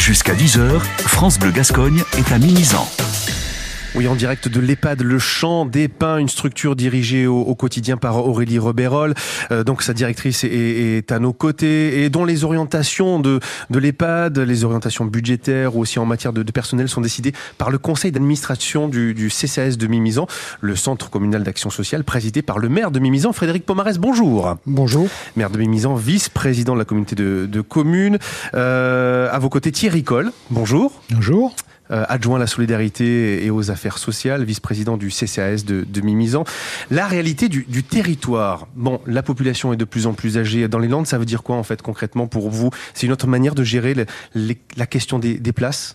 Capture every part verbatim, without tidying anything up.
Jusqu'à dix heures, France Bleu Gascogne est à Mimizan. Oui, en direct de l'EHPAD Le Champ des Pins, une structure dirigée au, au quotidien par Aurélie Rebérol. Euh, donc sa directrice est, est à nos côtés et dont les orientations de, de l'EHPAD, les orientations budgétaires ou aussi en matière de, de personnel sont décidées par le conseil d'administration du, du C C A S de Mimizan, le centre communal d'action sociale présidé par le maire de Mimizan, Frédéric Pomarès. Bonjour. Bonjour. Maire de Mimizan, vice-président de la communauté de, de communes. Euh, à vos côtés, Thierry Coll. Bonjour. Bonjour. Euh, adjoint à la solidarité et aux affaires sociales, vice-président du C C A S de, de Mimizan. La réalité du, du territoire. Bon, la population est de plus en plus âgée dans les Landes. Ça veut dire quoi en fait concrètement pour vous? C'est une autre manière de gérer le, les, la question des, des places?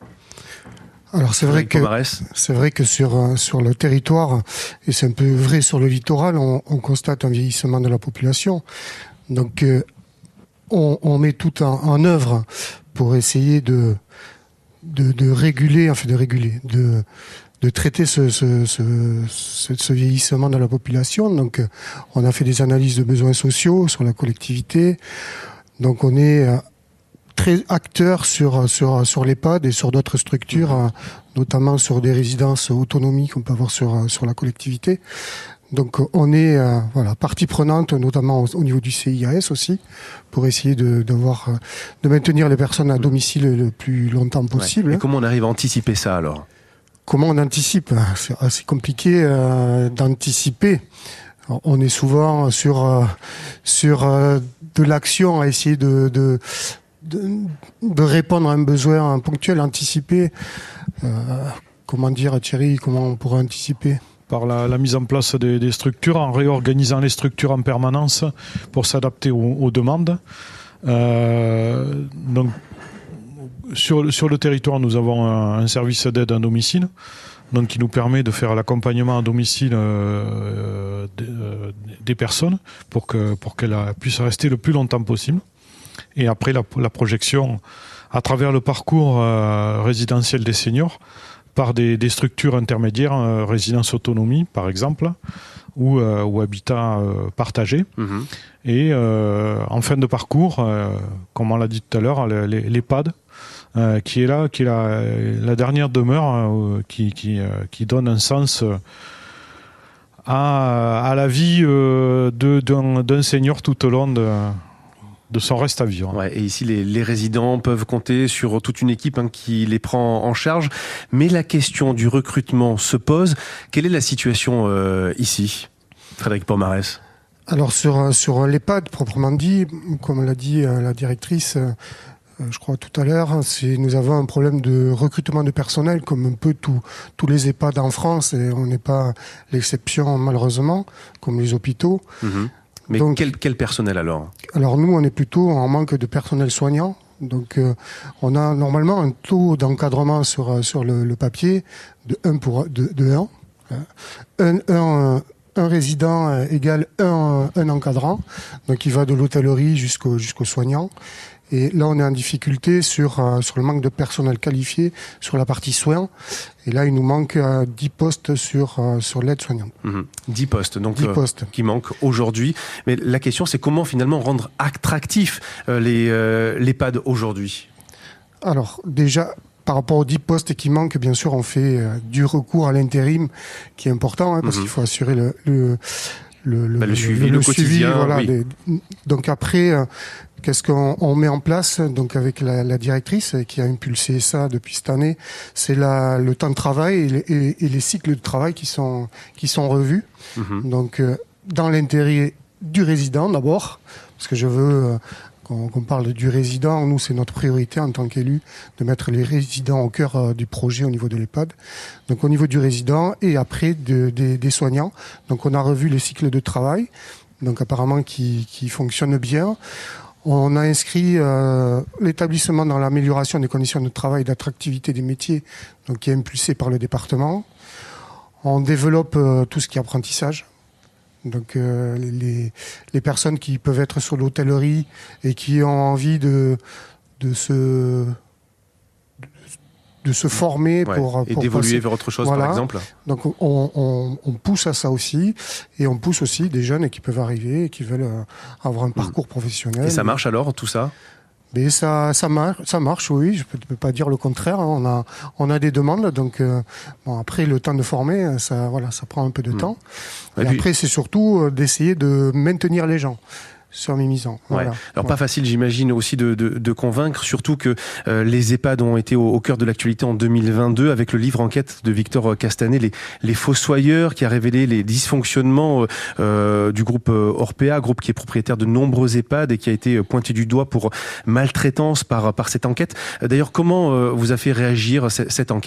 Alors c'est vrai que c'est vrai que sur sur le territoire, et c'est un peu vrai sur le littoral, on, on constate un vieillissement de la population. Donc euh, on, on met tout en, en œuvre pour essayer de De, de réguler, enfin de réguler, de, de traiter ce, ce, ce, ce, ce vieillissement de la population. Donc, on a fait des analyses de besoins sociaux sur la collectivité. Donc, on est très acteur sur, sur, sur l'EHPAD et sur d'autres structures, mmh. notamment sur des résidences autonomie qu'on peut avoir sur, sur la collectivité. Donc on est euh, voilà partie prenante, notamment au, au niveau du C I A S aussi, pour essayer de, de, voir, de maintenir les personnes à domicile le plus longtemps possible. Ouais. Et comment on arrive à anticiper ça alors? Comment on anticipe? C'est assez compliqué euh, d'anticiper. On est souvent sur euh, sur euh, de l'action à essayer de, de de de répondre à un besoin ponctuel, anticiper. Euh, comment dire, Thierry? Comment on pourrait anticiper? Par la, la mise en place des, des structures, en réorganisant les structures en permanence pour s'adapter aux, aux demandes. Euh, donc, sur, sur le territoire, nous avons un, un service d'aide à domicile, donc qui nous permet de faire l'accompagnement à domicile euh, des, euh, des personnes pour que pour qu'elles puissent rester le plus longtemps possible. Et après la, la projection à travers le parcours euh, résidentiel des seniors, par des, des structures intermédiaires, euh, résidence autonomie par exemple, ou, euh, ou habitat euh, partagé. Mmh. Et euh, en fin de parcours, euh, comme on l'a dit tout à l'heure, l'EHPAD, euh, qui est là, qui est la, la dernière demeure, euh, qui, qui, euh, qui donne un sens à, à la vie euh, de, d'un, d'un senior tout au long de... de son reste à vivre. Ouais, et ici, les, les résidents peuvent compter sur toute une équipe hein, qui les prend en charge. Mais la question du recrutement se pose. Quelle est la situation euh, ici, Frédéric Pomarès? Alors, sur, sur l'EHPAD, proprement dit, comme l'a dit euh, la directrice, euh, je crois tout à l'heure, c'est, nous avons un problème de recrutement de personnel, comme un peu tout, tous les EHPAD en France, et on n'est pas l'exception, malheureusement, comme les hôpitaux. Mmh. Mais donc, quel, quel personnel alors? Alors nous, on est plutôt en manque de personnel soignant. Donc euh, on a normalement un taux d'encadrement sur, sur le, le papier de un pour de, de un. Un, un, un résident égale un, un encadrant. Donc il va de l'hôtellerie jusqu'au, jusqu'au soignant. Et là, on est en difficulté sur, euh, sur le manque de personnel qualifié sur la partie soins. Et là, il nous manque euh, dix postes sur, euh, sur l'aide soignante. Mmh. dix postes, donc dix euh, postes. qui manquent aujourd'hui. Mais la question, c'est comment finalement rendre attractifs euh, les, euh, l'EHPAD aujourd'hui? Alors, déjà, par rapport aux dix postes qui manquent, bien sûr, on fait euh, du recours à l'intérim, qui est important, hein, parce mmh. qu'il faut assurer le... le Le, le, bah, le suivi, le, le, le quotidien. Suivi, voilà, oui. des, donc après, euh, qu'est-ce qu'on on met en place donc avec la, la directrice qui a impulsé ça depuis cette année, c'est la, le temps de travail et les, et, et les cycles de travail qui sont qui sont revus. Mm-hmm. Donc euh, dans l'intérêt du résident d'abord, parce que je veux euh, qu'on, qu'on parle du résident. Nous, c'est notre priorité en tant qu'élu de mettre les résidents au cœur euh, du projet au niveau de l'EHPAD. Donc au niveau du résident et après de, de, des soignants. Donc on a revu les cycles de travail, donc apparemment qui, qui fonctionnent bien. On a inscrit euh, l'établissement dans l'amélioration des conditions de travail et d'attractivité des métiers, donc qui est impulsé par le département. On développe euh, tout ce qui est apprentissage. Donc euh, les, les personnes qui peuvent être sur l'hôtellerie et qui ont envie de, de se... de se former ouais, pour, et pour d'évoluer passer, vers autre chose, voilà. par exemple. Donc on, on, on pousse à ça aussi, et on pousse aussi des jeunes qui peuvent arriver et qui veulent avoir un parcours professionnel. Et ça marche alors, tout ça? Mais ça, ça marche, ça marche, oui. Je peux, peux pas dire le contraire. On a, on a des demandes, donc euh, bon après le temps de former, ça, voilà, ça prend un peu de mmh. temps. Et, et puis, après, c'est surtout d'essayer de maintenir les gens sur Mimizan. Voilà. Ouais. Alors pas facile, j'imagine aussi de, de, de convaincre, surtout que euh, les EHPAD ont été au, au cœur de l'actualité en deux mille vingt-deux avec le livre enquête de Victor Castanet, les, les Fossoyeurs, qui a révélé les dysfonctionnements euh, du groupe Orpea, groupe qui est propriétaire de nombreux EHPAD et qui a été pointé du doigt pour maltraitance par, par cette enquête. D'ailleurs, comment euh, vous a fait réagir cette, cette enquête ?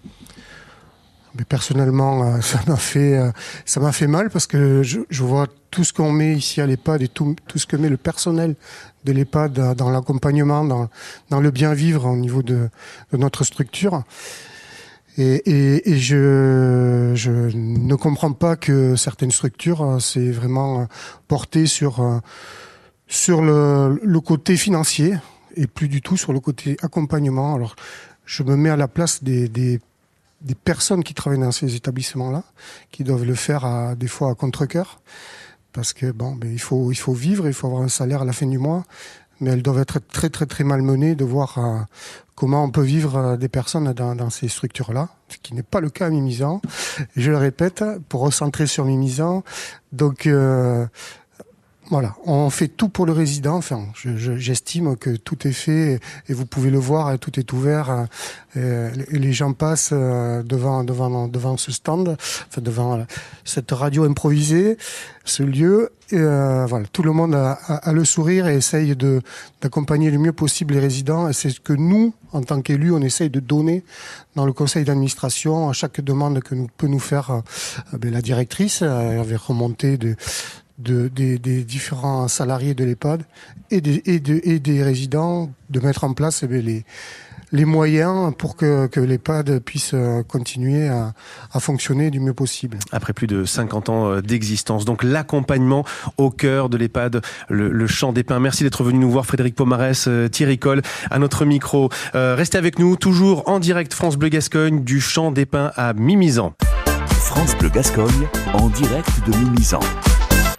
Mais personnellement, ça m'a fait, ça m'a fait mal parce que je, je vois tout ce qu'on met ici à l'EHPAD et tout, tout ce que met le personnel de l'EHPAD dans l'accompagnement, dans, dans le bien vivre au niveau de, de notre structure. Et, et, et je, je ne comprends pas que certaines structures, c'est vraiment porté sur, sur le, le côté financier et plus du tout sur le côté accompagnement. Alors, je me mets à la place des, des des personnes qui travaillent dans ces établissements-là, qui doivent le faire à, des fois à contre-cœur, parce que bon, ben, il faut, il faut vivre, il faut avoir un salaire à la fin du mois, mais elles doivent être très très très malmenées de voir euh, comment on peut vivre euh, des personnes dans, dans ces structures-là, ce qui n'est pas le cas à Mimizan. Je le répète, pour recentrer sur Mimizan, donc euh, voilà, on fait tout pour le résident. Enfin, je, je, j'estime que tout est fait et vous pouvez le voir, tout est ouvert. Et les gens passent devant devant devant ce stand, enfin devant cette radio improvisée, ce lieu. Et euh, voilà, tout le monde a, a, a le sourire et essaye de d'accompagner le mieux possible les résidents. Et c'est ce que nous, en tant qu'élus, on essaye de donner dans le conseil d'administration à chaque demande que nous peut nous faire euh, ben, la directrice. Elle avait remonté de De, des, des différents salariés de l'EHPAD et des, et, de, et des résidents de mettre en place eh bien, les, les moyens pour que, que l'EHPAD puisse continuer à, à fonctionner du mieux possible. Après plus de cinquante ans d'existence, donc l'accompagnement au cœur de l'EHPAD, le, le Champ des Pins. Merci d'être venu nous voir, Frédéric Pomarès, Thierry Coll, à notre micro. Euh, restez avec nous, toujours en direct France Bleu Gascogne, du Champ des Pins à Mimizan. France Bleu Gascogne, en direct de Mimizan.